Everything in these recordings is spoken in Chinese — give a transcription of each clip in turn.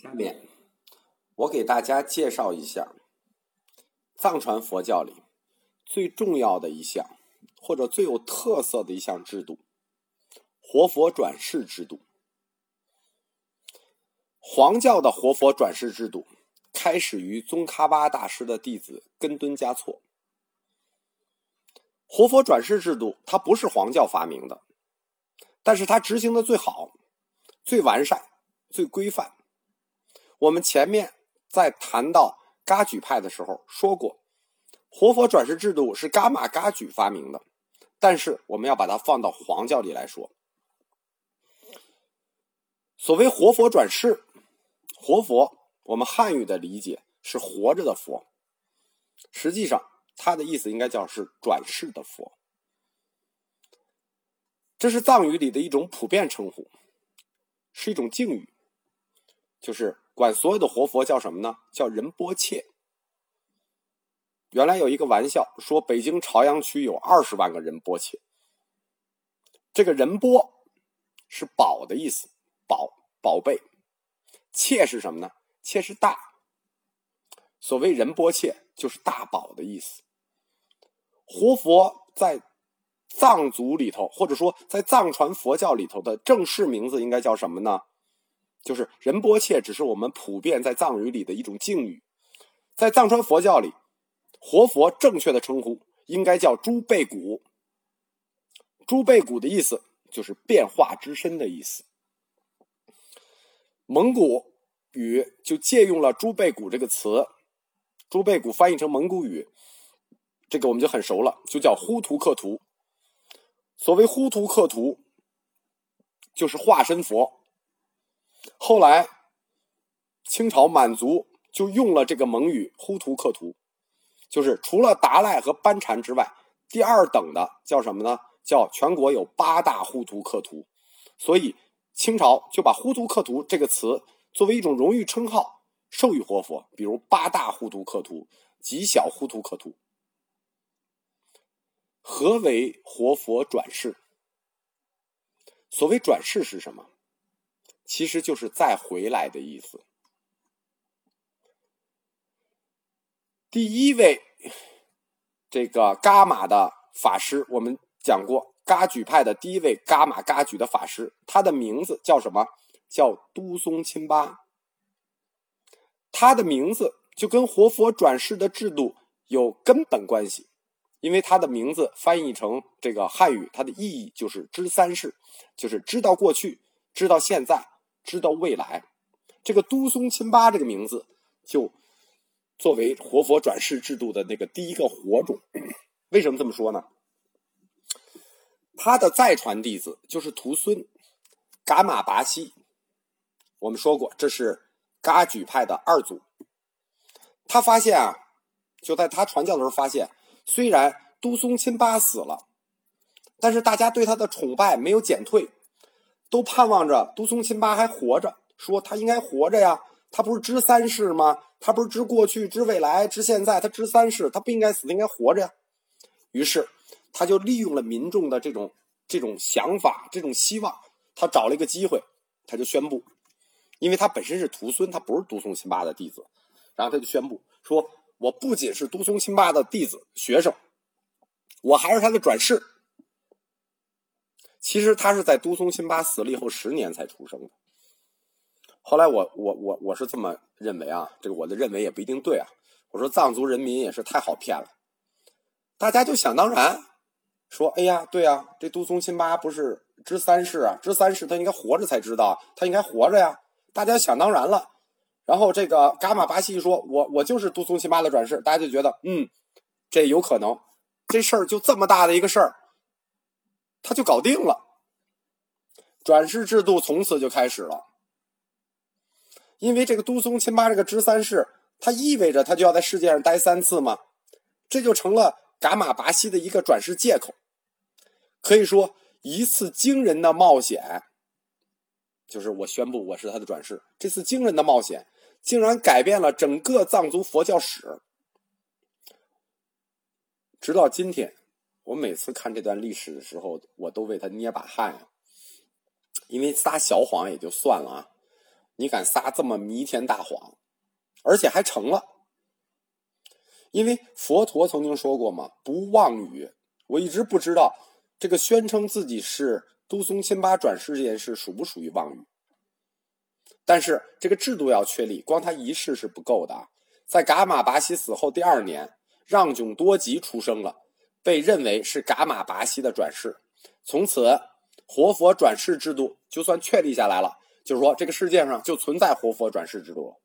下面我给大家介绍一下藏传佛教里最重要的一项或者最有特色的一项制度——活佛转世制度。黄教的活佛转世制度开始于宗喀巴大师的弟子根敦嘉措。活佛转世制度它不是黄教发明的，但是它执行的最好、最完善、最规范。我们前面在谈到噶举派的时候说过，活佛转世制度是噶玛噶举发明的，但是我们要把它放到黄教里来说。所谓活佛转世，活佛我们汉语的理解是活着的佛，实际上它的意思应该叫是转世的佛。这是藏语里的一种普遍称呼，是一种敬语，就是管所有的活佛叫什么呢？叫仁波切。原来有一个玩笑说北京朝阳区有20万个仁波切。这个仁波是宝的意思，宝贝。切是什么呢？切是大。所谓仁波切就是大宝的意思。活佛在藏族里头，或者说在藏传佛教里头的正式名字应该叫什么呢？就是仁波切只是我们普遍在藏语里的一种敬语。在藏传佛教里，活佛正确的称呼应该叫诸贝古。诸贝古的意思就是变化之身的意思。蒙古语就借用了诸贝古这个词，诸贝古翻译成蒙古语，这个我们就很熟了，就叫呼图克图。所谓呼图克图就是化身佛。后来清朝满族就用了这个蒙语呼图克图，就是除了达赖和班禅之外，第二等的叫什么呢？叫全国有8大呼图克图。所以清朝就把呼图克图这个词作为一种荣誉称号授予活佛，比如8大呼图克图、极小呼图克图。何为活佛转世？所谓转世是什么？其实就是再回来的意思。第一位这个噶玛的法师，我们讲过噶举派的第一位噶玛噶举的法师，他的名字叫什么？叫都松钦巴。他的名字就跟活佛转世的制度有根本关系，因为他的名字翻译成这个汉语，它的意义就是知三世，就是知道过去，知道现在，知道未来。这个都松钦巴这个名字就作为活佛转世制度的那个第一个火种。为什么这么说呢？他的再传弟子就是徒孙噶玛拔西。我们说过这是噶举派的二祖。他发现就在他传教的时候发现，虽然都松钦巴死了，但是大家对他的崇拜没有减退，都盼望着都松钦巴还活着，说他应该活着呀，他不是知三世吗？他不是知过去、知未来、知现在，他知三世，他不应该死，应该活着呀。于是他就利用了民众的这种想法、这种希望，他找了一个机会，他就宣布，因为他本身是徒孙，他不是都松钦巴的弟子，然后他就宣布说，我不仅是都松钦巴的弟子学生，我还是他的转世。其实他是在都松钦巴死了以后10年才出生的。后来我是这么认为这个我的认为也不一定对我说藏族人民也是太好骗了，大家就想当然说，哎呀，对这都松钦巴不是知三世知三世他应该活着才知道，他应该活着呀，大家想当然了。然后这个噶玛拔西说，我就是都松钦巴的转世，大家就觉得这有可能，这事儿就这么大的一个事儿，他就搞定了。转世制度从此就开始了。因为这个都松钦巴这个知三世，它意味着他就要在世界上待3次嘛，这就成了噶玛拔西的一个转世借口。可以说一次惊人的冒险，就是我宣布我是他的转世，这次惊人的冒险竟然改变了整个藏族佛教史。直到今天，我每次看这段历史的时候，我都为他捏把汗因为撒小谎也就算了你敢撒这么弥天大谎，而且还成了。因为佛陀曾经说过嘛，不妄语。我一直不知道这个宣称自己是都松亲巴转世这件事属不属于妄语。但是这个制度要确立，光他一世是不够的啊。在噶玛拔西死后第2年，让炯多吉出生了，被认为是噶玛拔西的转世。从此活佛转世制度就算确立下来了，就是说这个世界上就存在活佛转世制度了。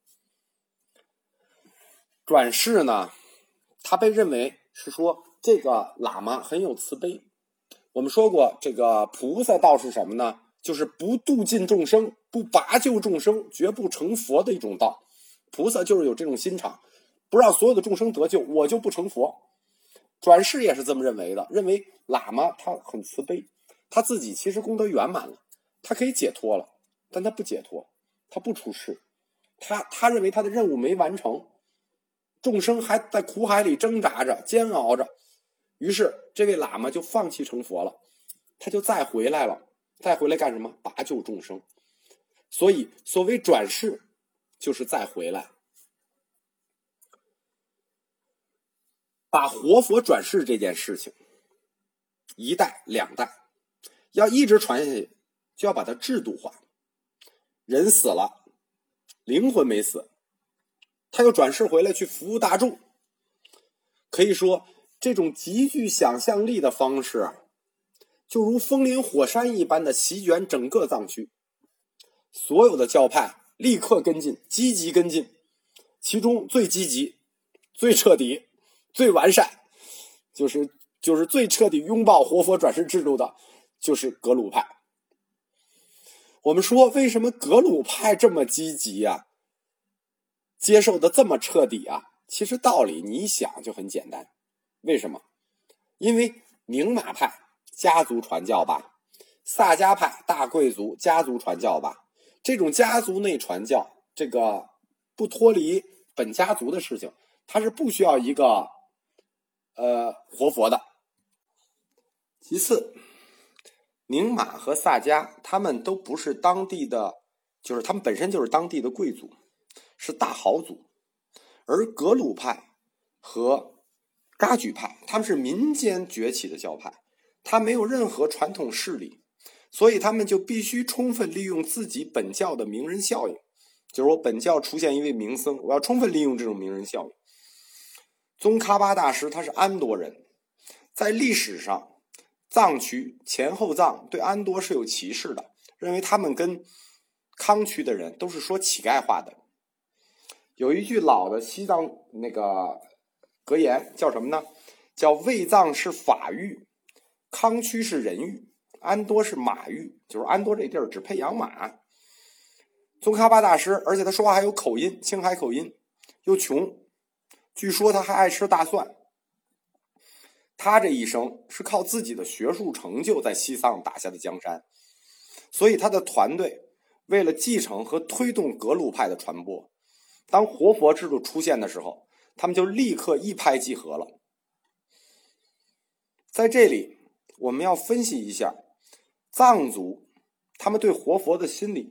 转世呢，他被认为是说这个喇嘛很有慈悲。我们说过，这个菩萨道是什么呢？就是不度尽众生，不拔救众生，绝不成佛的一种道。菩萨就是有这种心肠，不让所有的众生得救，我就不成佛。转世也是这么认为的，认为喇嘛他很慈悲，他自己其实功德圆满了，他可以解脱了，但他不解脱，他不出世，他认为他的任务没完成，众生还在苦海里挣扎着煎熬着，于是这位喇嘛就放弃成佛了，他就再回来了，再回来干什么？拔救众生。所以所谓转世就是再回来。把活佛转世这件事情1代2代要一直传下去，就要把它制度化。人死了，灵魂没死，他又转世回来去服务大众。可以说这种极具想象力的方式就如风林火山一般的席卷整个藏区，所有的教派立刻跟进，积极跟进。其中最积极、最彻底、最完善，就是最彻底拥抱活佛转世制度的，就是格鲁派。我们说为什么格鲁派这么积极啊，接受的这么彻底啊？其实道理你一想就很简单。为什么？因为宁玛派家族传教吧，萨迦派大贵族家族传教吧，这种家族内传教，这个不脱离本家族的事情，它是不需要一个活佛的。其次，宁玛和萨迦他们都不是当地的，就是他们本身就是当地的贵族，是大豪族。而格鲁派和噶举派他们是民间崛起的教派，他没有任何传统势力，所以他们就必须充分利用自己本教的名人效应。就是我本教出现一位名僧，我要充分利用这种名人效应。宗喀巴大师他是安多人，在历史上藏区前后藏对安多是有歧视的，认为他们跟康区的人都是说乞丐话的。有一句老的西藏那个格言叫什么呢？叫卫藏是法域，康区是人域，安多是马域，就是安多这地儿只配养马。宗喀巴大师，而且他说话还有口音，青海口音，又穷，据说他还爱吃大蒜。他这一生是靠自己的学术成就在西藏打下的江山，所以他的团队为了继承和推动格鲁派的传播，当活佛制度出现的时候，他们就立刻一拍即合了。在这里我们要分析一下藏族他们对活佛的心理。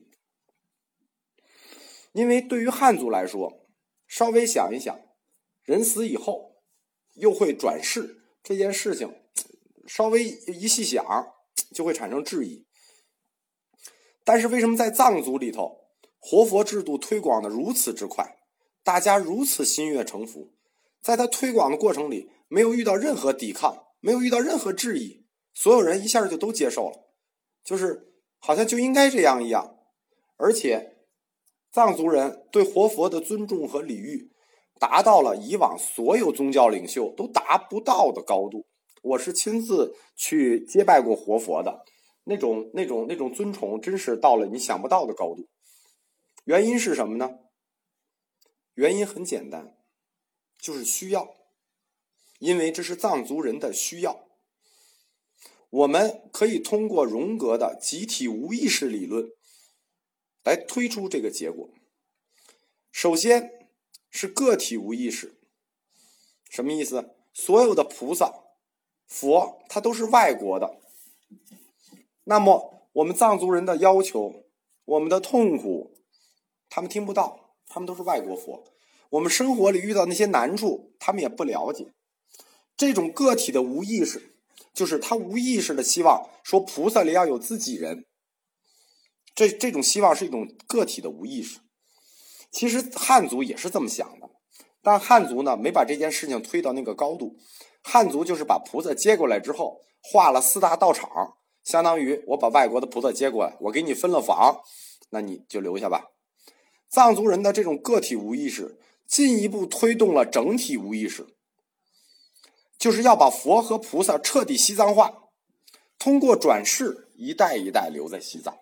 因为对于汉族来说，稍微想一想，人死以后又会转世这件事情，稍微一细想就会产生质疑。但是为什么在藏族里头，活佛制度推广的如此之快，大家如此心悦诚服，在他推广的过程里没有遇到任何抵抗，没有遇到任何质疑，所有人一下就都接受了，就是好像就应该这样一样。而且藏族人对活佛的尊重和礼遇达到了以往所有宗教领袖都达不到的高度。我是亲自去接拜过活佛的，那种尊崇真是到了你想不到的高度。原因是什么呢？原因很简单，就是需要。因为这是藏族人的需要。我们可以通过荣格的集体无意识理论来推出这个结果。首先是个体无意识。什么意思？所有的菩萨、佛，它都是外国的。那么我们藏族人的要求，我们的痛苦， 他们听不到，他们都是外国佛。我们生活里遇到那些难处，他们也不了解。这种个体的无意识，就是他无意识的希望说菩萨里要有自己人，这种希望是一种个体的无意识。其实汉族也是这么想的，但汉族呢没把这件事情推到那个高度。汉族就是把菩萨接过来之后，画了4大道场，相当于我把外国的菩萨接过来，我给你分了房，那你就留下吧。藏族人的这种个体无意识进一步推动了整体无意识，就是要把佛和菩萨彻底西藏化，通过转世一代一代留在西藏。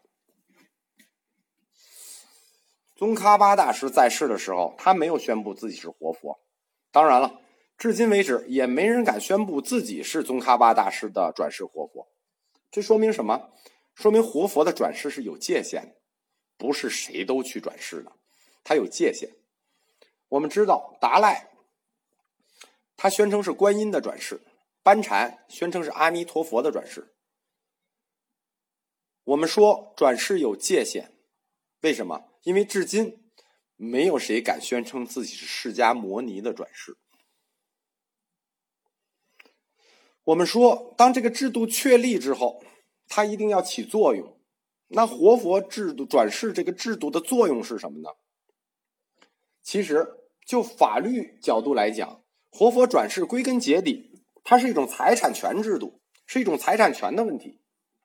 宗喀巴大师在世的时候，他没有宣布自己是活佛，当然了，至今为止也没人敢宣布自己是宗喀巴大师的转世活佛。这说明什么？说明活佛的转世是有界限的，不是谁都去转世的，它有界限。我们知道达赖他宣称是观音的转世，班禅宣称是阿弥陀佛的转世。我们说转世有界限，为什么？因为至今没有谁敢宣称自己是释迦牟尼的转世。我们说当这个制度确立之后，它一定要起作用。那活佛制度转世这个制度的作用是什么呢？其实就法律角度来讲，活佛转世归根结底它是一种财产权制度，是一种财产权的问题。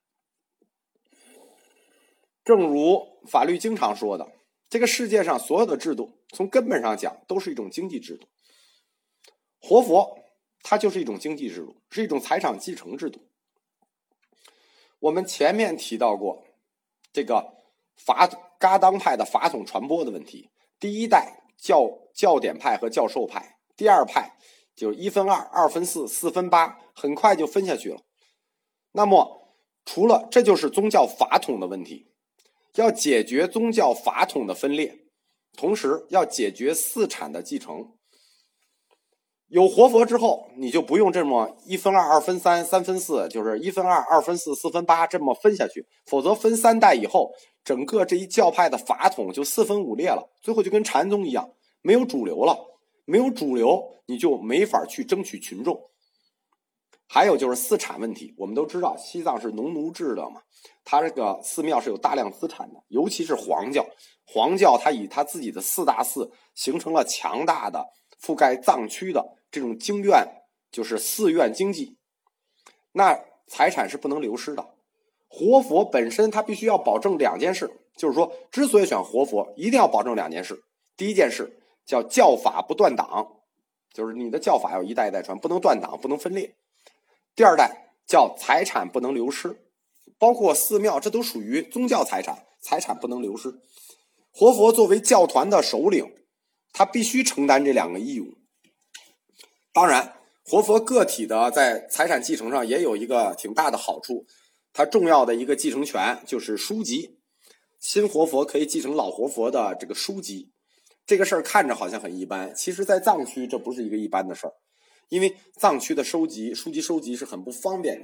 正如法律经常说的，这个世界上所有的制度从根本上讲都是一种经济制度。活佛它就是一种经济制度，是一种财产继承制度。我们前面提到过这个噶当派的法统传播的问题，第一代教典派和教授派，第二派就是1分2、2分4、4分8，很快就分下去了。那么除了这就是宗教法统的问题，要解决宗教法统的分裂，同时要解决嗣产的继承。有活佛之后，你就不用这么1分2、2分3、3分4，就是1分2、2分4、4分8这么分下去，否则分3代以后，整个这一教派的法统就4分5裂了，最后就跟禅宗一样，没有主流了。没有主流，你就没法去争取群众。还有就是私产问题，我们都知道西藏是农奴制的嘛，它这个寺庙是有大量资产的，尤其是黄教。黄教它以它自己的4大寺形成了强大的覆盖藏区的这种经院，就是寺院经济。那财产是不能流失的。活佛本身它必须要保证2件事，就是说之所以选活佛，一定要保证2件事。第一件事叫教法不断党，就是你的教法要一代一代传，不能断党，不能分裂。第二代叫财产不能流失，包括寺庙，这都属于宗教财产，财产不能流失。活佛作为教团的首领，他必须承担这2个义务。当然，活佛个体的在财产继承上也有一个挺大的好处，他重要的一个继承权就是书籍，新活佛可以继承老活佛的这个书籍。这个事儿看着好像很一般，其实在藏区这不是一个一般的事儿，因为藏区的书籍收集是很不方便的。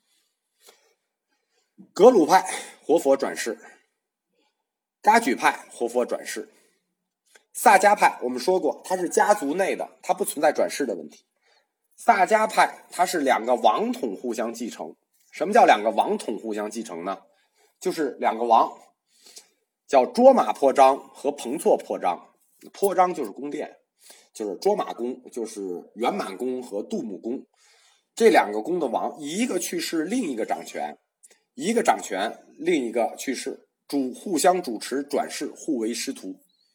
格鲁派活佛转世，噶举派活佛转世，萨迦派我们说过它是家族内的，它不存在转世的问题。萨迦派它是2个王统互相继承。什么叫2个王统互相继承呢？就是2个王，叫卓玛颇章和彭措颇章。颇章就是宫殿，就是卓玛宫，就是圆满宫和杜母宫。这2个宫的王，一个去世，另一个掌权；一个掌权，另一个去世，互相主持转世，互为师徒。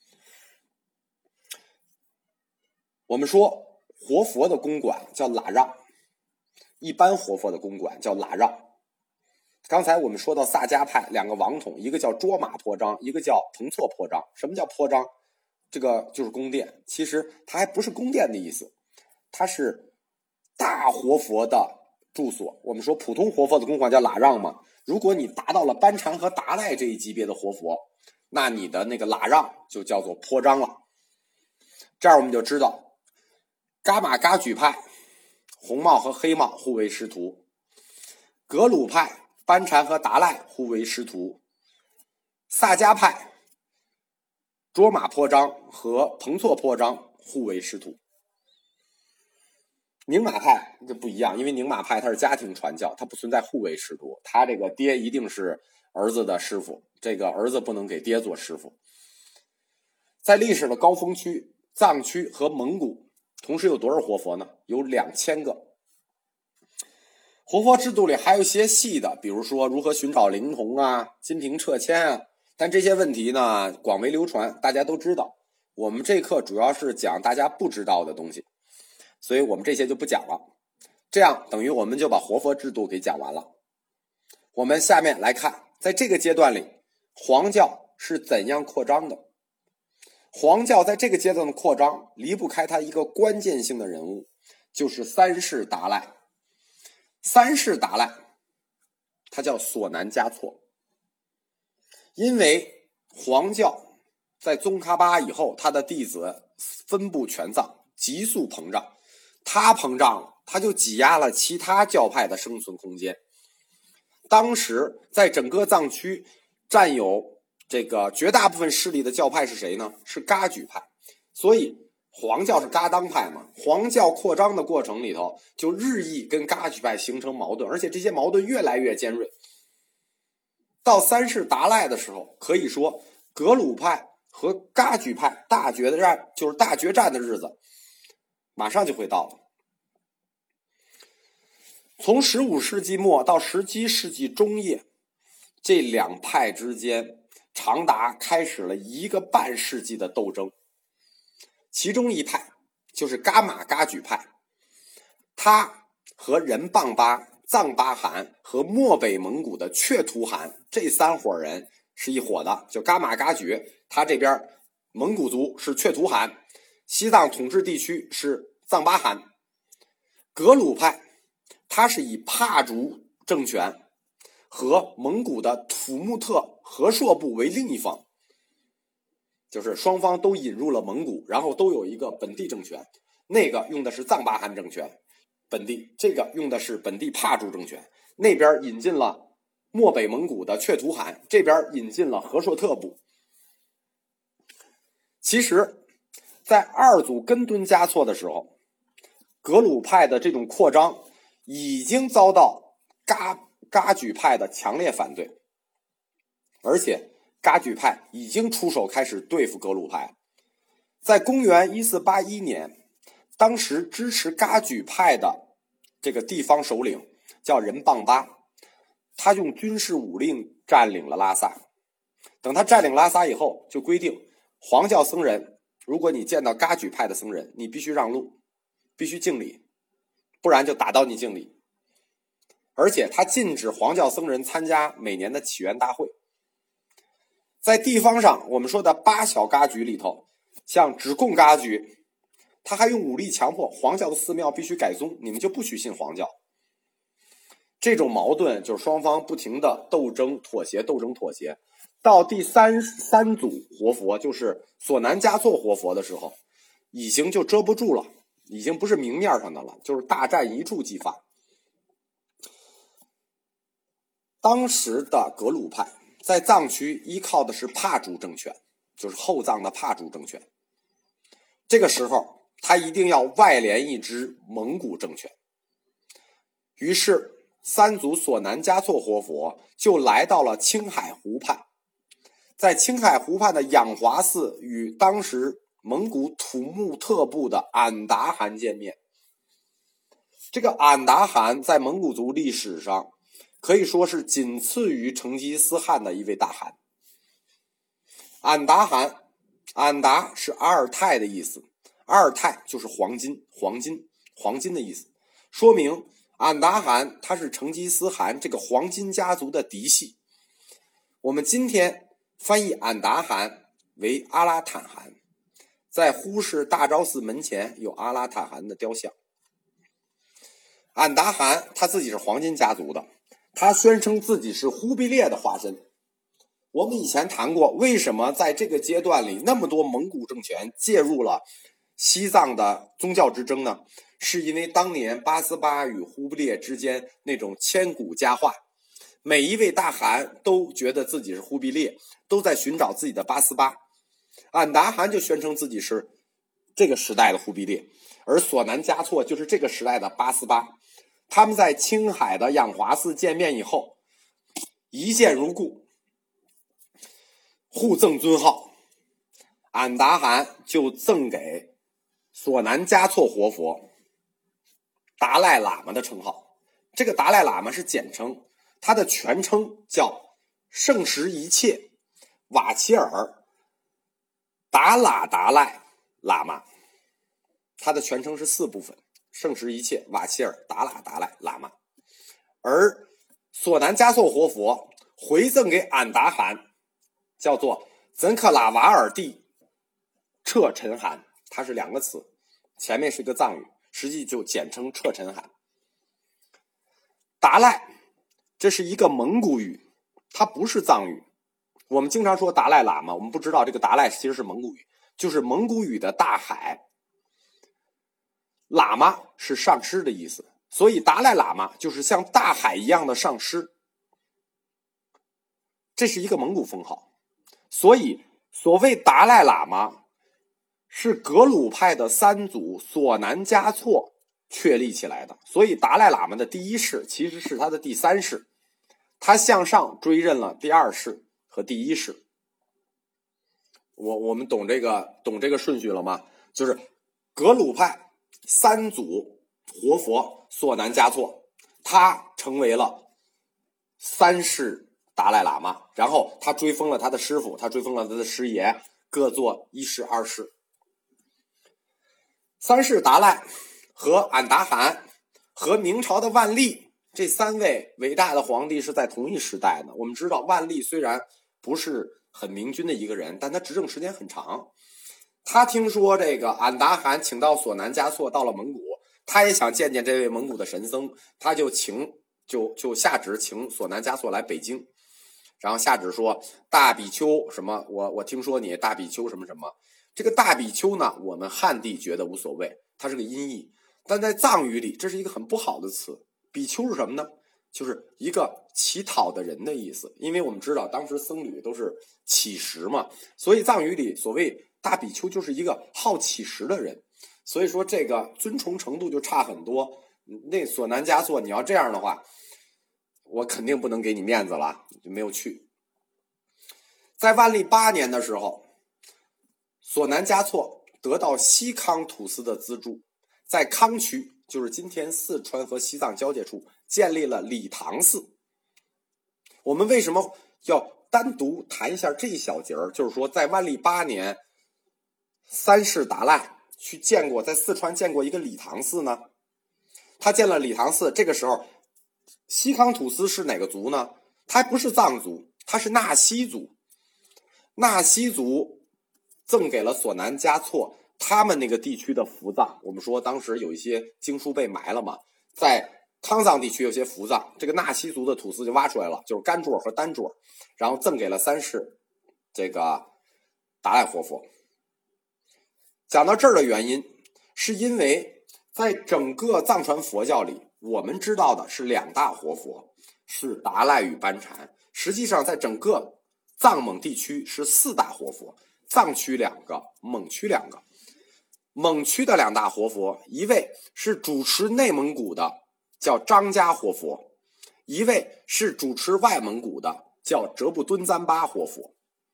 我们说活佛的公馆叫喇让，一般活佛的公馆叫喇让。刚才我们说到萨迦派2个王统，一个叫卓玛颇章，一个叫彭措颇章。什么叫颇章？这个就是宫殿，其实它还不是宫殿的意思，它是大活佛的住所。我们说普通活佛的公馆叫喇让嘛，如果你达到了班禅和达赖这一级别的活佛，那你的那个喇让就叫做颇章了。这样我们就知道噶玛噶举派红帽和黑帽互为师徒，格鲁派班禅和达赖互为师徒，萨迦派卓玛颇章和彭措颇章互为师徒。宁玛派就不一样，因为宁玛派它是家庭传教，它不存在互为师徒，他这个爹一定是儿子的师傅，这个儿子不能给爹做师傅。在历史的高峰区，藏区和蒙古同时有多少活佛呢？有2000个。活佛制度里还有一些细的，比如说如何寻找灵童啊、金瓶撤迁啊，但这些问题呢广为流传，大家都知道。我们这课主要是讲大家不知道的东西，所以我们这些就不讲了。这样等于我们就把活佛制度给讲完了。我们下面来看，在这个阶段里，黄教是怎样扩张的。黄教在这个阶段的扩张离不开它一个关键性的人物，就是三世达赖。三世达赖他叫索南嘉措。因为黄教在宗喀巴以后，他的弟子分布全藏，急速膨胀，他膨胀了，他就挤压了其他教派的生存空间。当时在整个藏区占有这个绝大部分势力的教派是谁呢？是噶举派。所以黄教是噶当派嘛，黄教扩张的过程里头就日益跟噶举派形成矛盾，而且这些矛盾越来越尖锐。到三世达赖的时候，可以说格鲁派和噶举派大决战，就是大决战的日子马上就会到了。从15世纪末到17世纪中叶，这两派之间长达开始了1个半世纪的斗争。其中一派就是噶玛噶举派，他和仁邦巴、藏巴汗和漠北蒙古的却图汗这3伙人是一伙的，就噶玛噶举，他这边蒙古族是却图汗，西藏统治地区是藏巴汗。格鲁派他是以帕竹政权和蒙古的土木特和硕部为另一方，就是双方都引入了蒙古，然后都有一个本地政权，那个用的是藏巴汗政权本地，这个用的是本地帕竹政权，那边引进了漠北蒙古的却图汗，这边引进了和硕特部。其实在二祖根敦嘉措的时候，格鲁派的这种扩张已经遭到噶举派的强烈反对，而且噶举派已经出手开始对付格鲁派。在公元1481年，当时支持噶举派的这个地方首领叫仁邦巴，他用军事武力占领了拉萨。等他占领拉萨以后，就规定黄教僧人，如果你见到噶举派的僧人，你必须让路，必须敬礼，不然就打到你敬礼。而且他禁止黄教僧人参加每年的祈愿大会。在地方上，我们说的8小噶举里头，像止贡噶举，他还用武力强迫黄教的寺庙必须改宗，你们就不许信黄教。这种矛盾就是双方不停的斗争妥协，斗争妥协。到第三组活佛，就是索南嘉措活佛的时候，已经就遮不住了，已经不是明面上的了，就是大战一触即发。当时的格鲁派在藏区依靠的是帕竹政权，就是后藏的帕竹政权。这个时候他一定要外联一支蒙古政权，于是三祖索南嘉措活佛就来到了青海湖畔，在青海湖畔的养华寺与当时蒙古土木特部的俺答汗见面。这个俺答汗在蒙古族历史上可以说是仅次于成吉思汗的一位大汗。俺答汗，俺答是阿尔泰的意思，阿尔泰就是黄金的意思，说明俺答汗他是成吉思汗这个黄金家族的嫡系。我们今天翻译俺答汗为阿拉坦汗，在呼市大昭寺门前有阿拉坦汗的雕像。俺答汗他自己是黄金家族的，他宣称自己是忽必烈的化身。我们以前谈过，为什么在这个阶段里那么多蒙古政权介入了西藏的宗教之争呢？是因为当年八思巴与忽必烈之间那种千古佳话，每一位大汗都觉得自己是忽必烈，都在寻找自己的八思巴。 俺答汗就宣称自己是这个时代的忽必烈，而索南嘉措就是这个时代的八思巴。他们在青海的养华寺见面以后，一见如故，互赠尊号。俺答汗就赠给索南嘉措活佛达赖喇嘛的称号。这个达赖喇嘛是简称，他的全称叫圣十一切瓦齐尔达赖喇嘛。他的全称是4部分：圣十一切瓦齐尔达赖喇嘛。而索南嘉措活佛回赠给俺答汗叫做曾克拉瓦尔蒂彻陈汗，它是2个词，前面是个藏语，实际就简称彻陈汗。达赖这是一个蒙古语，它不是藏语。我们经常说达赖喇嘛，我们不知道这个达赖其实是蒙古语，就是蒙古语的大海。喇嘛是上师的意思，所以达赖喇嘛就是像大海一样的上师，这是一个蒙古封号。所以所谓达赖喇嘛是格鲁派的3祖索南嘉措确立起来的，所以达赖喇嘛的第1世其实是他的第3世，他向上追认了第2世和第1世。我们懂这个顺序了吗？就是格鲁派3祖活佛索南嘉措，他成为了3世达赖喇嘛，然后他追封了他的师傅，他追封了他的师爷，各做1世2世。3世达赖和俺答汗和明朝的万历，这3位伟大的皇帝是在同一时代的。我们知道万历虽然不是很明君的一个人，但他执政时间很长。他听说这个俺答汗请到索南嘉措到了蒙古，他也想见见这位蒙古的神僧，他就下旨请索南嘉措来北京，然后下旨说大比丘什么，我听说你大比丘什么什么。这个大比丘呢，我们汉地觉得无所谓，它是个音译，但在藏语里这是一个很不好的词。比丘是什么呢？就是一个乞讨的人的意思，因为我们知道当时僧侣都是乞食嘛，所以藏语里所谓大比丘就是一个好乞食的人，所以说这个尊崇程度就差很多。那索南嘉措你要这样的话，我肯定不能给你面子了，就没有去。在万历8年的时候，索南嘉措得到西康土司的资助，在康区，就是今天四川和西藏交界处，建立了理塘寺。我们为什么要单独谈一下这一小节儿？就是说，在万历8年，3世达赖去在四川建过一个理塘寺呢？他建了理塘寺，这个时候，西康土司是哪个族呢？他不是藏族，他是纳西族。纳西族赠给了索南嘉措他们那个地区的福藏。我们说当时有一些经书被埋了嘛，在康藏地区有些福藏，这个纳西族的土司就挖出来了，就是干卓和单卓，然后赠给了3世这个达赖活佛。讲到这儿的原因，是因为在整个藏传佛教里，我们知道的是2大活佛，是达赖与班禅。实际上在整个藏蒙地区是4大活佛，藏区2个，蒙区2个。蒙区的2大活佛，一位是主持内蒙古的，叫张家活佛；一位是主持外蒙古的，叫哲布敦赞巴活佛。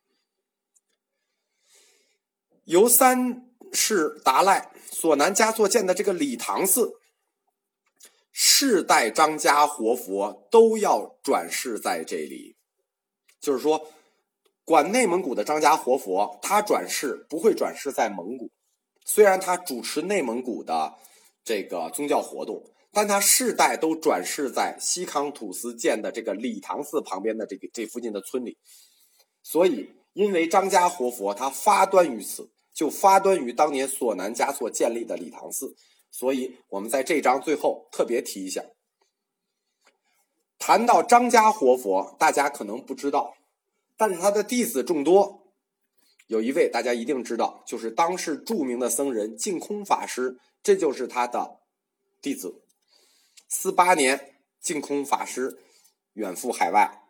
由3世达赖索南嘉措建的这个理塘寺，世代张家活佛都要转世在这里。就是说，管内蒙古的张家活佛，他转世不会转世在蒙古，虽然他主持内蒙古的这个宗教活动，但他世代都转世在西康土司建的这个理塘寺旁边的这附近的村里。所以因为张家活佛他发端于此，就发端于当年索南嘉措建立的理塘寺，所以我们在这章最后特别提一下。谈到张家活佛，大家可能不知道，但是他的弟子众多，有一位大家一定知道，就是当世著名的僧人净空法师，这就是他的弟子。48年净空法师远赴海外，